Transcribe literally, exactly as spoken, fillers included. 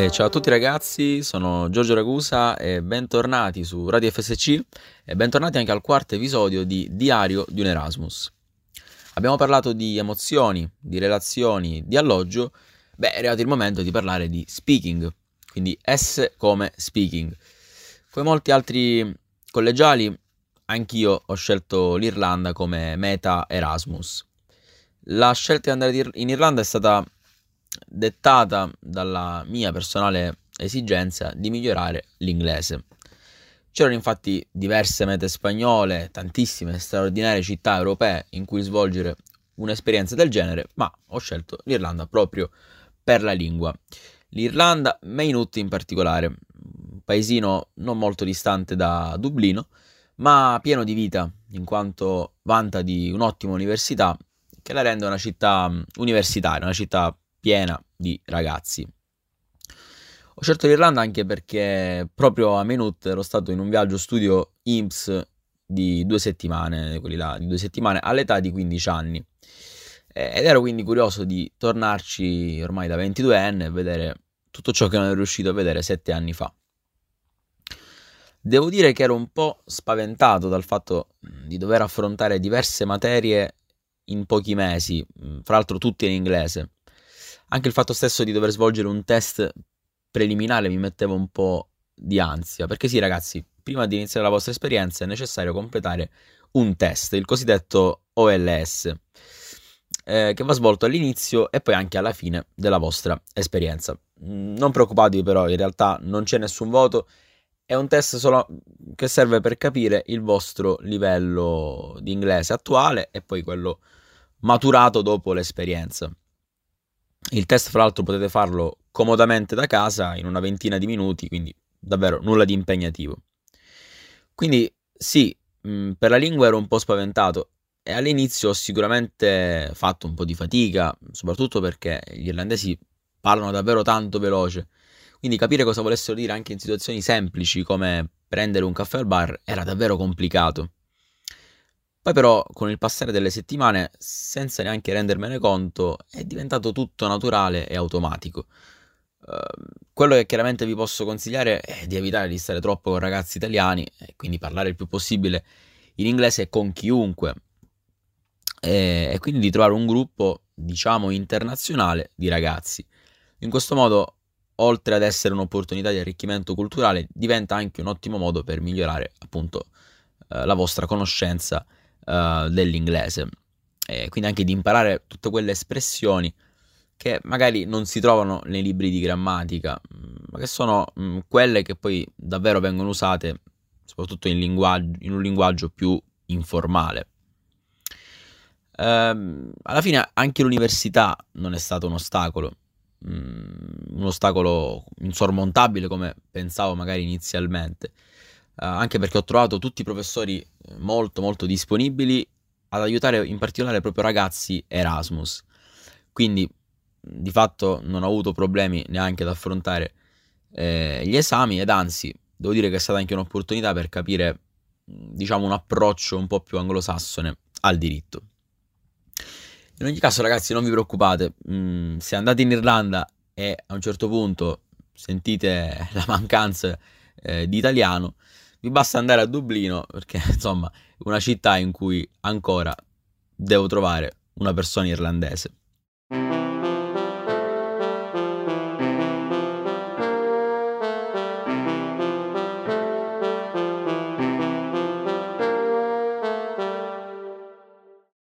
Eh, ciao a tutti ragazzi, sono Giorgio Ragusa e bentornati su Radio F S C e bentornati anche al quarto episodio di Diario di un Erasmus. Abbiamo parlato di emozioni, di relazioni, di alloggio. Beh, è arrivato il momento di parlare di speaking, quindi S come speaking. Come molti altri collegiali, anch'io ho scelto l'Irlanda come meta Erasmus. La scelta di andare in Irlanda è stata dettata dalla mia personale esigenza di migliorare l'inglese. C'erano infatti diverse mete spagnole, tantissime straordinarie città europee in cui svolgere un'esperienza del genere, ma ho scelto l'Irlanda proprio per la lingua. L'Irlanda, Maynooth in particolare, un paesino non molto distante da Dublino, ma pieno di vita, in quanto vanta di un'ottima università che la rende una città universitaria, una città piena di ragazzi. Ho scelto l'Irlanda anche perché proprio a Maynooth ero stato in un viaggio studio I N P S di due settimane, quelli là, di due settimane all'età di quindici anni. Ed ero quindi curioso di tornarci ormai da ventiduenne e vedere tutto ciò che non ero riuscito a vedere sette anni fa. Devo dire che ero un po' spaventato dal fatto di dover affrontare diverse materie in pochi mesi, fra l'altro tutte in inglese. Anche il fatto stesso di dover svolgere un test preliminare mi metteva un po' di ansia, perché sì ragazzi, prima di iniziare la vostra esperienza è necessario completare un test, il cosiddetto O L S, eh, che va svolto all'inizio e poi anche alla fine della vostra esperienza. Non preoccupatevi però, in realtà non c'è nessun voto, è un test solo che serve per capire il vostro livello di inglese attuale e poi quello maturato dopo l'esperienza. Il test, fra l'altro, potete farlo comodamente da casa in una ventina di minuti, quindi davvero nulla di impegnativo. Quindi sì, mh, per la lingua ero un po' spaventato e all'inizio ho sicuramente fatto un po' di fatica, soprattutto perché gli irlandesi parlano davvero tanto veloce. Quindi capire cosa volessero dire anche in situazioni semplici come prendere un caffè al bar era davvero complicato. Poi però con il passare delle settimane, senza neanche rendermene conto, è diventato tutto naturale e automatico. Uh, quello che chiaramente vi posso consigliare è di evitare di stare troppo con ragazzi italiani e quindi parlare il più possibile in inglese con chiunque e, e quindi di trovare un gruppo, diciamo, internazionale di ragazzi. In questo modo, oltre ad essere un'opportunità di arricchimento culturale, diventa anche un ottimo modo per migliorare appunto uh, la vostra conoscenza Uh, dell'inglese e quindi anche di imparare tutte quelle espressioni che magari non si trovano nei libri di grammatica, ma che sono mh, quelle che poi davvero vengono usate soprattutto in, linguaggio, in un linguaggio più informale. Uh, alla fine anche l'università non è stato un ostacolo, mh, un ostacolo insormontabile come pensavo magari inizialmente. Uh, anche perché ho trovato tutti i professori molto molto disponibili ad aiutare in particolare proprio ragazzi Erasmus, quindi di fatto non ho avuto problemi neanche ad affrontare eh, gli esami ed anzi devo dire che è stata anche un'opportunità per capire diciamo un approccio un po' più anglosassone al diritto. In ogni caso ragazzi non vi preoccupate, mm, se andate in Irlanda e a un certo punto sentite la mancanza eh, di italiano, vi basta andare a Dublino perché insomma è una città in cui ancora devo trovare una persona irlandese.